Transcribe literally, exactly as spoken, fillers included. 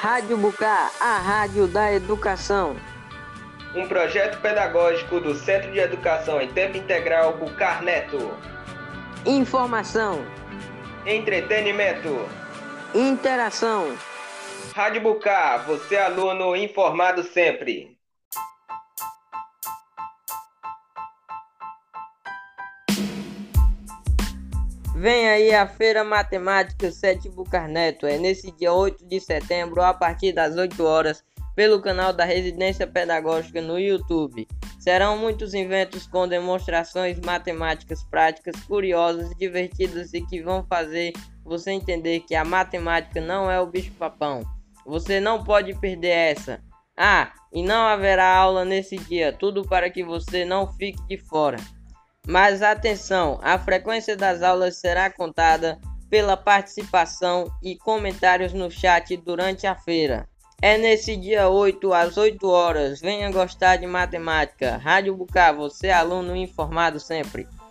Rádio Bucá, a rádio da educação. Um projeto pedagógico do Centro de Educação em Tempo Integral Bucar Neto. Informação, Entretenimento, interação. Rádio Bucar, você aluno informado sempre. Vem aí a Feira Matemática sete Bucar Neto. É nesse dia oito de setembro, a partir das oito horas, pelo canal da Residência Pedagógica no YouTube. Serão muitos eventos com demonstrações matemáticas práticas, curiosas, divertidas e que vão fazer você entender que a matemática não é o bicho-papão. Você não pode perder essa. Ah, e não haverá aula nesse dia, tudo para que você não fique de fora. Mas atenção, a frequência das aulas será contada pela participação e comentários no chat durante a feira. É nesse dia oito às oito horas. Venha gostar de matemática. Rádio Bucá, você aluno informado sempre.